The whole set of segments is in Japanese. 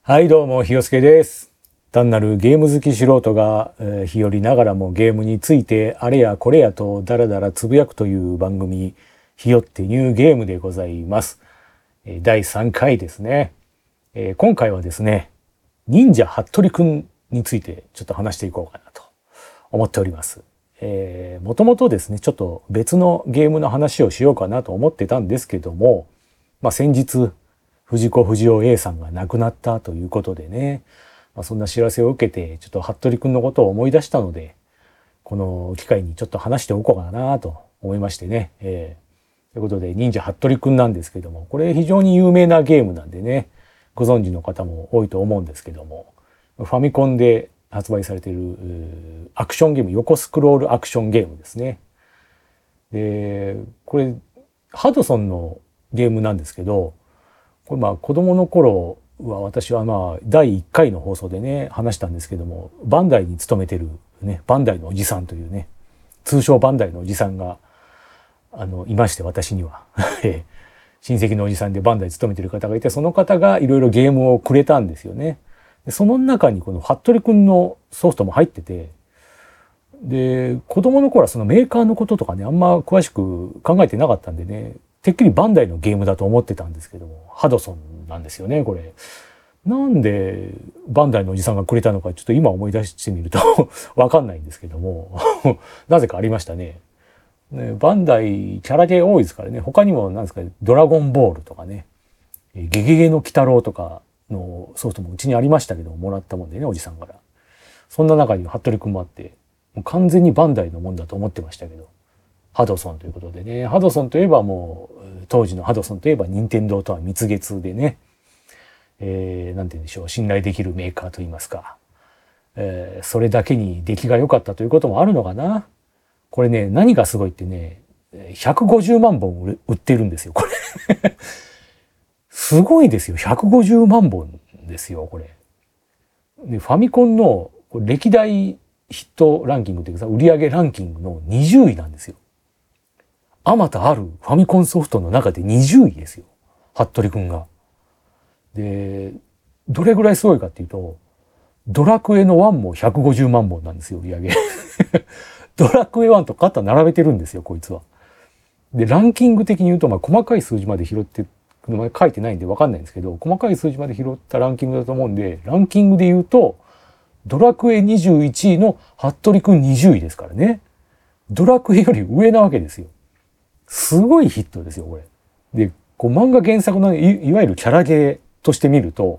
はい、どうも、ひよすけです。単なるゲーム好き素人が、日和ながらもゲームについてあれやこれやとダラダラつぶやくという番組、ひよってニューゲームでございます。第3回ですね。今回はですね、忍者ハットリくんについてちょっと話していこうかなと思っております。もともとですね、ちょっと別のゲームの話をしようかなと思ってたんですけども、先日、藤子不二雄 A さんが亡くなったということでね、そんな知らせを受けて、ちょっと服部くんのことを思い出したので、この機会にちょっと話しておこうかなと思いましてね。ということで、忍者服部くんなんですけども、これ非常に有名なゲームなんでね、ご存知の方も多いと思うんですけども、ファミコンで発売されているアクションゲーム、横スクロールアクションゲームですね。で、これ、ハドソンのゲームなんですけど、これ子供の頃は私は第1回の放送でね話したんですけども、バンダイに勤めてるね、バンダイのおじさんというね、通称バンダイのおじさんがいまして、私には親戚のおじさんでバンダイに勤めてる方がいて、その方がいろいろゲームをくれたんですよね。でその中にこの服部くんのソフトも入ってて、で子供の頃はそのメーカーのこととかねあんま詳しく考えてなかったんでね、てっきりバンダイのゲームだと思ってたんですけども、ハドソンなんですよね、これ。なんでバンダイのおじさんがくれたのかちょっと今思い出してみるとわかんないんですけどもなぜかありましたね。バンダイキャラゲー多いですからね。他にもなんですかね、ドラゴンボールとかね、ゲゲゲの鬼太郎とかのソフトもうちにありましたけども、もらったもんでね、おじさんから。そんな中に服部くんもあって、もう完全にバンダイのもんだと思ってましたけど、ハドソンということでね、ハドソンといえばもう、当時のハドソンといえば任天堂とは蜜月でね、なんて言うんでしょう、信頼できるメーカーといいますか、それだけに出来が良かったということもあるのかな。これね、何がすごいってね、150万本売ってるんですよ、これ。すごいですよ、150万本ですよ、これ。で、ファミコンの歴代ヒットランキングというかさ、売上ランキングの20位なんですよ。あまたあるファミコンソフトの中で20位ですよ。服部くんが。で、どれぐらいすごいかっていうと、ドラクエの1も150万本なんですよ、売上。ドラクエ1と肩並べてるんですよ、こいつは。で、ランキング的に言うと、細かい数字まで拾って書いてないんで分かんないんですけど、細かい数字まで拾ったランキングだと思うんで、ランキングで言うと、ドラクエ21位の服部くん20位ですからね。ドラクエより上なわけですよ。すごいヒットですよ、これ。で、漫画原作のいわゆるキャラゲーとして見ると、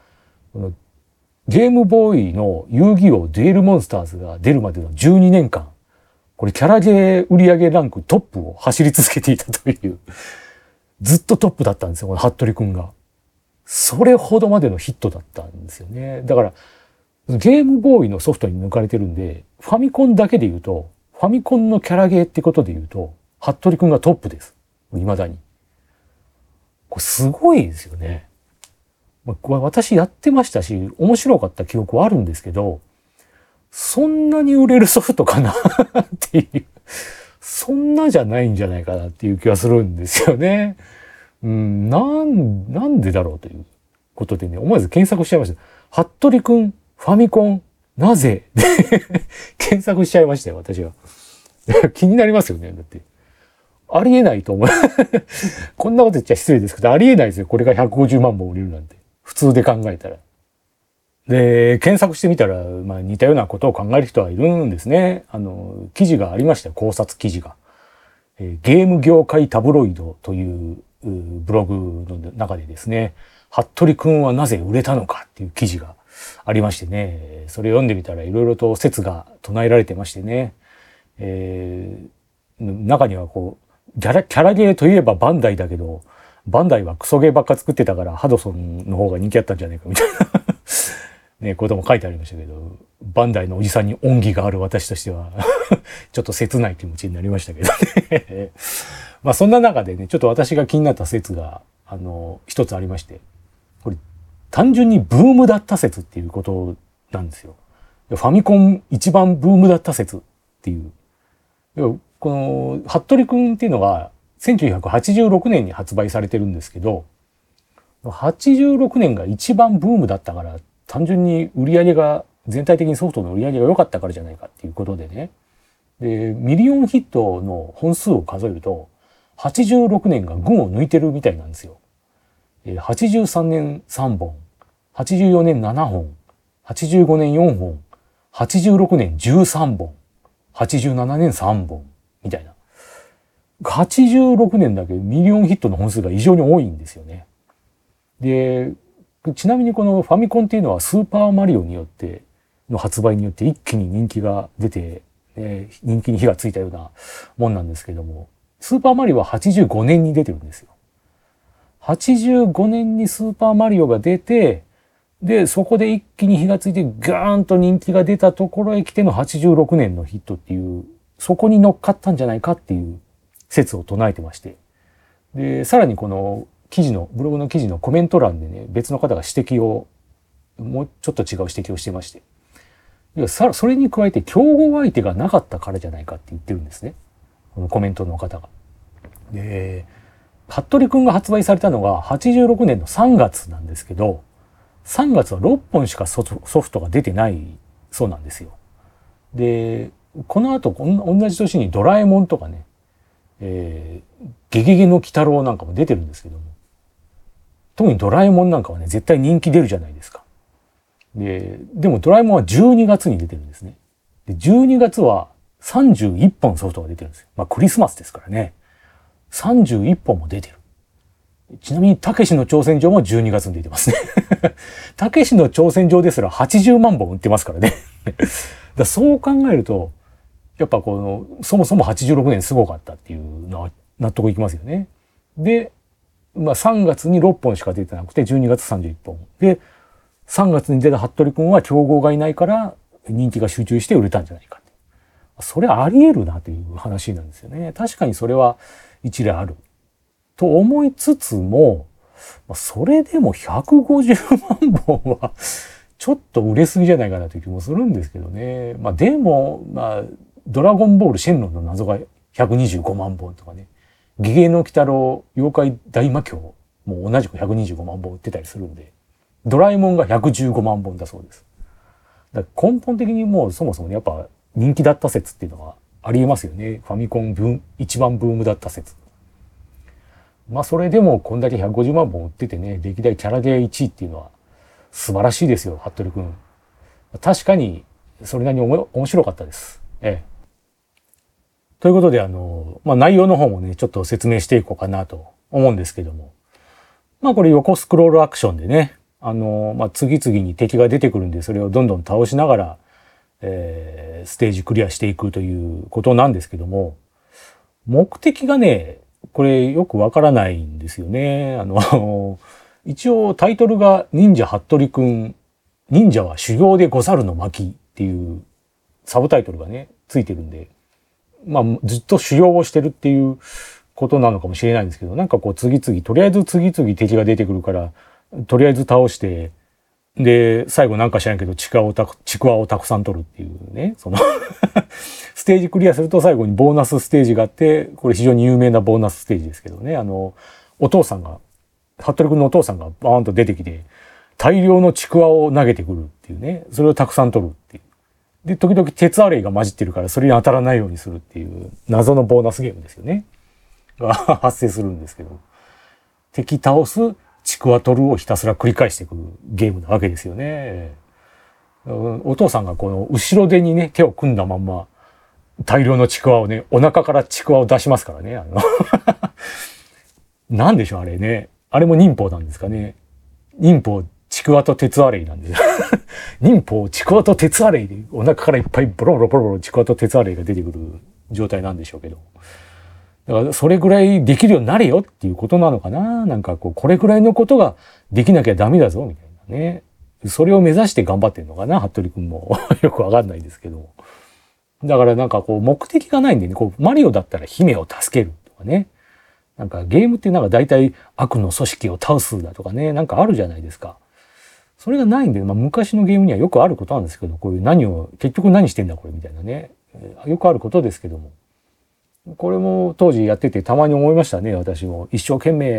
ゲームボーイの遊戯王デュエルモンスターズが出るまでの12年間、これキャラゲー売上ランクトップを走り続けていたという、ずっとトップだったんですよ、この服部くんが。それほどまでのヒットだったんですよね。だから、ゲームボーイのソフトに抜かれてるんで、ファミコンだけで言うと、ファミコンのキャラゲーってことで言うと、服部くんがトップです。未だに。これすごいですよね。これ私やってましたし、面白かった記憶はあるんですけど、そんなに売れるソフトかなっていう、そんなじゃないんじゃないかなっていう気がするんですよね。なんでだろうということでね、思わず検索しちゃいました。服部くん、ファミコン、なぜ検索しちゃいましたよ、私は。気になりますよね、だって。ありえないと思う。こんなこと言っちゃ失礼ですけど、ありえないですよ。これが150万本売れるなんて。普通で考えたら。で、検索してみたら、似たようなことを考える人はいるんですね。記事がありましたよ。考察記事が。ゲーム業界タブロイドというブログの中でですね、服部くんはなぜ売れたのかっていう記事がありましてね、それを読んでみたらいろいろと説が唱えられてましてね、中にはキャラゲーといえばバンダイだけど、バンダイはクソゲーばっか作ってたからハドソンの方が人気あったんじゃないかみたいなね、ことも書いてありましたけど、バンダイのおじさんに恩義がある私としてはちょっと切ない気持ちになりましたけどねそんな中でね、ちょっと私が気になった説が一つありまして、これ単純にブームだった説っていうことなんですよ。ファミコン一番ブームだった説っていう。この服部くんっていうのが1986年に発売されてるんですけど、 86年が一番ブームだったから、単純に売り上げが、全体的にソフトの売り上げが良かったからじゃないかっていうことでね。で、ミリオンヒットの本数を数えると、86年が群を抜いてるみたいなんですよ。83年3本、84年7本、85年4本、86年13本、87年3本、みたいな。86年だけミリオンヒットの本数が異常に多いんですよね。で、ちなみにこのファミコンっていうのはスーパーマリオによっての発売によって一気に人気が出て、人気に火がついたようなもんなんですけども、スーパーマリオは85年に出てるんですよ。85年にスーパーマリオが出て、で、そこで一気に火がついてガーンと人気が出たところへ来ての86年のヒットっていう、そこに乗っかったんじゃないかっていう説を唱えてまして。で、さらにこのブログの記事のコメント欄でね、別の方が指摘を、もうちょっと違う指摘をしてまして。それに加えて競合相手がなかったからじゃないかって言ってるんですね。このコメントの方が。で、服部くんが発売されたのが86年の3月なんですけど、3月は6本しかソフトが出てないそうなんですよ。で、この後同じ年にドラえもんとかね、ゲゲゲの鬼太郎なんかも出てるんですけども、特にドラえもんなんかはね、絶対人気出るじゃないですか。でもドラえもんは12月に出てるんですね。で、12月は31本ソフトが出てるんですよ。まあクリスマスですからね。31本も出てる。ちなみに、たけしの挑戦状も12月に出てますね。たけしの挑戦状ですら80万本売ってますからね。そう考えると、やっぱそもそも86年すごかったっていうのは納得いきますよね。で、まあ3月に6本しか出てなくて、12月31本。で、3月に出た服部くんは競合がいないから人気が集中して売れたんじゃないか。それあり得るなという話なんですよね。確かにそれは一例ある。と思いつつも、それでも150万本はちょっと売れすぎじゃないかなという気もするんですけどね。でも、ドラゴンボールシェンロンの謎が125万本とかね。ゲゲゲの鬼太郎妖怪大魔教も同じく125万本売ってたりするんで、ドラえもんが115万本だそうです。だから根本的にもうそもそもやっぱ人気だった説っていうのはありえますよね。ファミコン一番ブームだった説。それでもこんだけ150万本売っててね、歴代キャラゲー1位っていうのは素晴らしいですよ、服部くん。確かにそれなりに面白かったです。ということで内容の方もね、ちょっと説明していこうかなと思うんですけども。これ横スクロールアクションでね、次々に敵が出てくるんで、それをどんどん倒しながら、ステージクリアしていくということなんですけども、目的がね、これよくわからないんですよね。一応タイトルが忍者服部くん、忍者は修行でござるの巻っていうサブタイトルがね、ついてるんで、ずっと修行をしてるっていうことなのかもしれないんですけど、なんかとりあえず次々敵が出てくるから、とりあえず倒して、で、最後なんか知らんけど、ちくわをたくさん取るっていうね、ステージクリアすると最後にボーナスステージがあって、これ非常に有名なボーナスステージですけどね、お父さんが、服部くんのお父さんがバーンと出てきて、大量のちくわを投げてくるっていうね、それをたくさん取るっていう。で、時々鉄アレイが混じってるからそれに当たらないようにするっていう謎のボーナスゲームですよね。が発生するんですけど。敵倒す、ちくわ取るをひたすら繰り返していくゲームなわけですよね。お父さんがこの後ろ手にね、手を組んだまんま、大量のちくわをね、お腹からちくわを出しますからね。なんでしょう、あれね。あれも忍法なんですかね。忍法、ちくわと鉄アレイなんで。忍法、ちくわと鉄アレイで、お腹からいっぱいボロボロボロボロちくわと鉄アレイが出てくる状態なんでしょうけど。だからそれぐらいできるようになれよっていうことなのかな。なんかこれぐらいのことができなきゃダメだぞ、みたいなね。それを目指して頑張ってんのかな、服部くんも。よくわかんないですけど。だからなんか目的がないんでね、マリオだったら姫を助けるとかね。なんかゲームってなんか大体悪の組織を倒すだとかね、なんかあるじゃないですか。それがないんで、昔のゲームにはよくあることなんですけど、こういう結局何してんだこれみたいなね。よくあることですけども。これも当時やっててたまに思いましたね、私も。一生懸命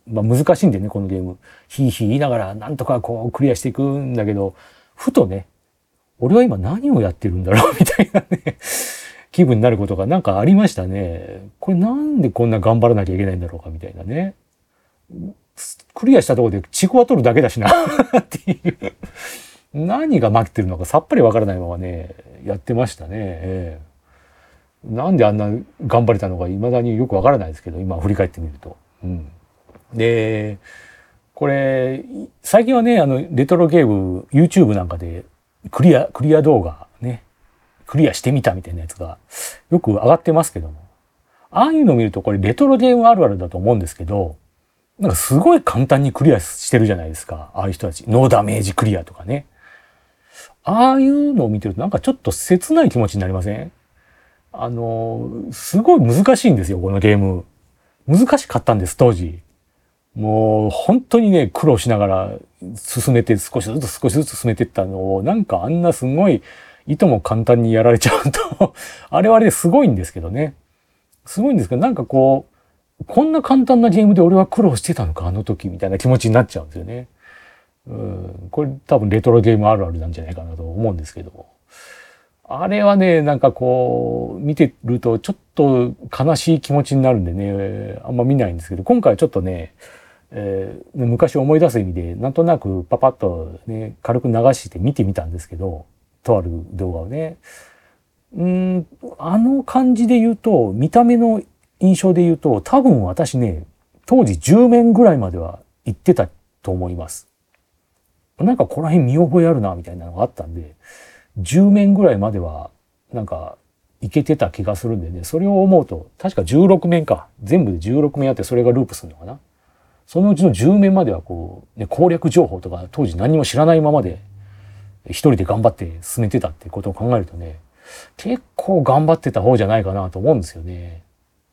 難しいんでね、このゲーム。ひいひい言いながらなんとかこうクリアしていくんだけど、ふとね、俺は今何をやってるんだろうみたいなね、気分になることがなんかありましたね。これなんでこんな頑張らなきゃいけないんだろうかみたいなね。クリアしたところでチクワ取るだけだしなっていう。何が待ってるのかさっぱりわからないままね、やってましたね。なんであんな頑張れたのか未だによくわからないですけど、今振り返ってみると。で、これ、最近はね、レトロゲーム、YouTube なんかでクリア動画ね、クリアしてみたみたいなやつがよく上がってますけども。ああいうのを見るとこれレトロゲームあるあるだと思うんですけど、なんかすごい簡単にクリアしてるじゃないですか。ああいう人たち。ノーダメージクリアとかね。ああいうのを見てるとなんかちょっと切ない気持ちになりません？すごい難しいんですよ、このゲーム。難しかったんです、当時。もう本当にね、苦労しながら進めて少しずつ進めていったのを、なんかあんなすごいいとも簡単にやられちゃうとあれはあれですごいんですけどね。すごいんですけど、なんかこんな簡単なゲームで俺は苦労してたのか、あの時みたいな気持ちになっちゃうんですよね。これ多分レトロゲームあるあるなんじゃないかなと思うんですけど。あれはね、なんかこう、見てるとちょっと悲しい気持ちになるんでね、あんま見ないんですけど、今回はちょっとね、昔思い出す意味で、なんとなくパパッとね、軽く流して見てみたんですけど、とある動画をね。あの感じで言うと、見た目の印象で言うと、多分私ね、当時10面ぐらいまでは行ってたと思います。なんかこの辺見覚えあるな、みたいなのがあったんで、10面ぐらいまでは、なんか、いけてた気がするんでね、それを思うと、確か16面か。全部で16面あってそれがループするのかな。そのうちの10面まではこう、ね、攻略情報とか当時何も知らないままで、一人で頑張って進めてたってことを考えるとね、結構頑張ってた方じゃないかなと思うんですよね。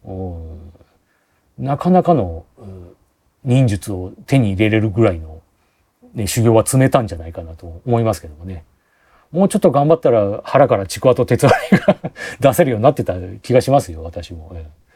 なかなかの忍術を手に入れれるぐらいの、ね、修行は積めたんじゃないかなと思いますけどもね。もうちょっと頑張ったら腹からちくわと鉄割りが出せるようになってた気がしますよ、私も。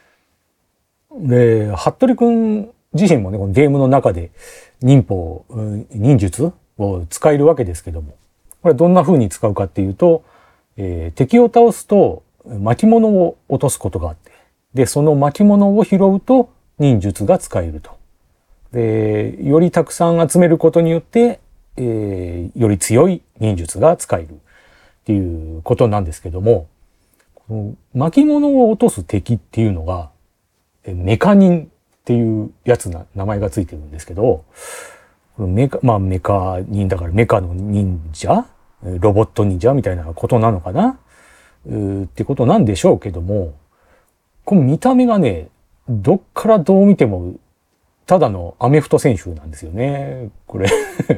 で、服部くん自身もね、このゲームの中で忍術を使えるわけですけども、これはどんな風に使うかっていうと、敵を倒すと巻物を落とすことがあって、で、その巻物を拾うと忍術が使えると。で、よりたくさん集めることによって、より強い忍術が使えるっていうことなんですけども、この巻物を落とす敵っていうのが、メカ忍っていうやつな名前がついてるんですけど、メカ忍だからメカの忍者ロボット忍者みたいなことなのかなってことなんでしょうけども、この見た目がね、どっからどう見てもただのアメフト選手なんですよね。これ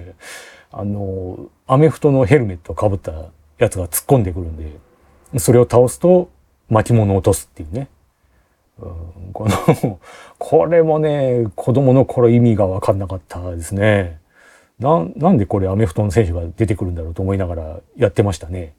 アメフトのヘルメットをかぶったやつが突っ込んでくるんで、それを倒すと巻物を落とすっていうね。これもね、子供の頃意味が分かんなかったですね。なんでこれアメフトの選手が出てくるんだろうと思いながらやってましたね。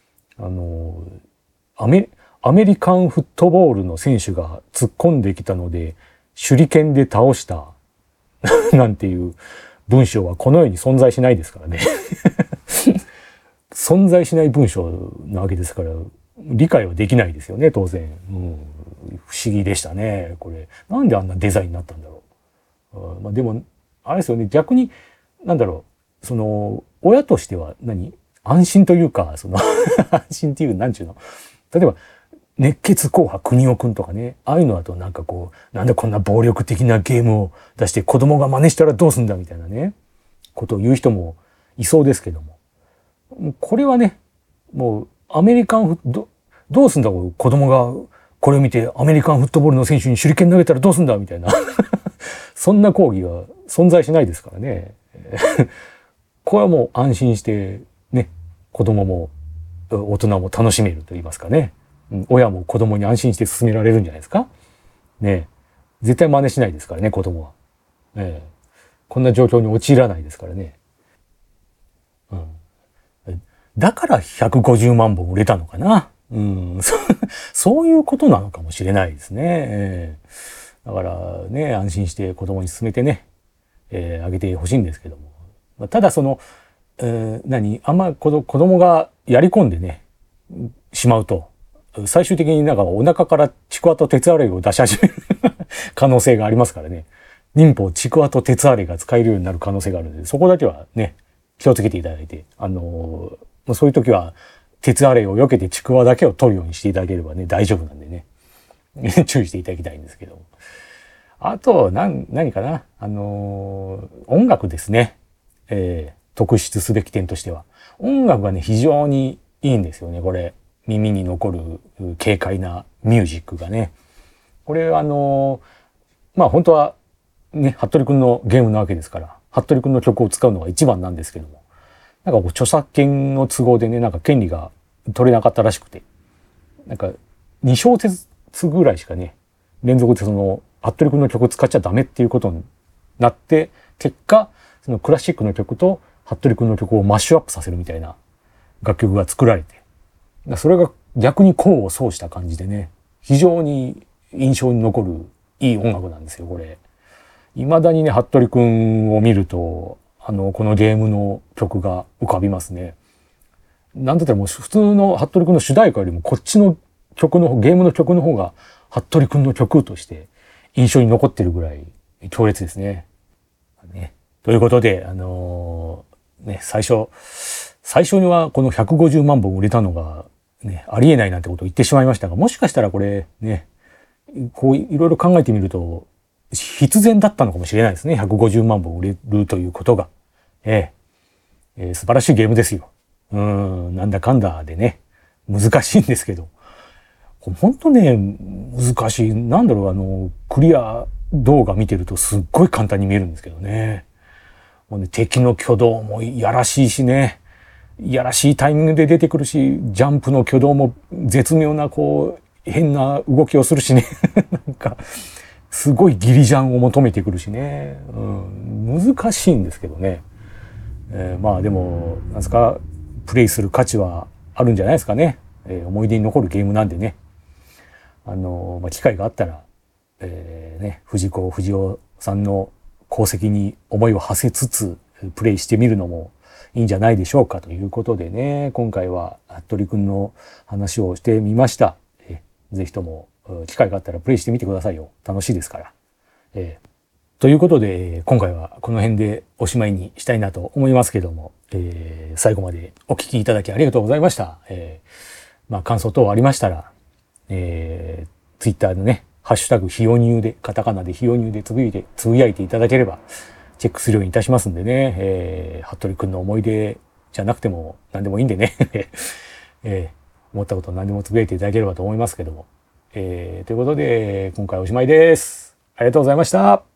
アメリカンフットボールの選手が突っ込んできたので、手裏剣で倒したなんていう文章はこの世に存在しないですからね。存在しない文章なわけですから、理解はできないですよね、当然。不思議でしたね、これ。なんであんなデザインになったんだろう。でも、あれですよね、逆に、親としては安心というか、安心っていう、なんちゅうの。例えば、熱血硬派国尾くんとかね、ああいうのだとなんかこう、なんでこんな暴力的なゲームを出して子供が真似したらどうすんだみたいなね、ことを言う人もいそうですけども。これはね、もうアメリカンどうすんだ子供がこれを見てアメリカンフットボールの選手に手裏剣投げたらどうすんだみたいな。そんな講義は存在しないですからね。これはもう安心してね、子供も大人も楽しめると言いますかね。親も子供に安心して進められるんじゃないですかね。絶対真似しないですからね、子供は。こんな状況に陥らないですからね。だから150万本売れたのかな。そういうことなのかもしれないですね。 だからね、安心して子供に勧めてね、あげてほしいんですけども。ただその、あんま子供がやり込んでね、しまうと、最終的になんかお腹からちくわと鉄アレイを出し始める可能性がありますからね。忍法ちくわと鉄アレイが使えるようになる可能性があるので、そこだけはね、気をつけていただいて、そういう時は鉄アレイを避けてちくわだけを取るようにしていただければね、大丈夫なんでね。注意していただきたいんですけど。あと、何かな音楽ですね。特筆すべき点としては。音楽がね、非常にいいんですよね、これ。耳に残る軽快なミュージックがね。これまあ本当はね、服部くんのゲームなわけですから、服部くんの曲を使うのが一番なんですけども。なんかこう著作権の都合でね、なんか権利が取れなかったらしくて。なんか2小節ぐらいしかね、連続でその、服部くんの曲使っちゃダメっていうことになって、結果、そのクラシックの曲と服部くんの曲をマッシュアップさせるみたいな楽曲が作られて、それが逆に功を奏した感じでね、非常に印象に残るいい音楽なんですよ、これ。未だにね、服部くんを見ると、このゲームの曲が浮かびますね。なんだったらもう普通の服部くんの主題歌よりもこっちの曲の、ゲームの曲の方が服部くんの曲として印象に残ってるぐらい強烈ですね。ということで、最初にはこの150万本売れたのが、ね、ありえないなんてことを言ってしまいましたが、もしかしたらこれね、こういろいろ考えてみると、必然だったのかもしれないですね。150万本売れるということが。素晴らしいゲームですよ。なんだかんだでね、難しいんですけど。本当ね、難しい。なんだろう、クリア動画見てるとすっごい簡単に見えるんですけどね。もうね、敵の挙動もやらしいしね。いやらしいタイミングで出てくるし、ジャンプの挙動も絶妙なこう、変な動きをするしね。なんか、すごいギリジャンを求めてくるしね。難しいんですけどね。まあでも、なんですか、プレイする価値はあるんじゃないですかね。思い出に残るゲームなんでね。機会があったら、藤子不二雄さんの功績に思いを馳せつつ、プレイしてみるのもいいんじゃないでしょうかということでね、今回は服部くんの話をしてみました。ぜひとも機会があったらプレイしてみてくださいよ。楽しいですから。ということで、今回はこの辺でおしまいにしたいなと思いますけども、最後までお聞きいただきありがとうございました。感想等ありましたら、Twitter のね、ハッシュタグひよにゅうで、カタカナでひよにゅうでつぶやいていただければ、チェックするようにいたしますんでね、服部くんの思い出じゃなくても何でもいいんでね、思ったこと何でもつぶやいていただければと思いますけども。ということで、今回おしまいです。ありがとうございました。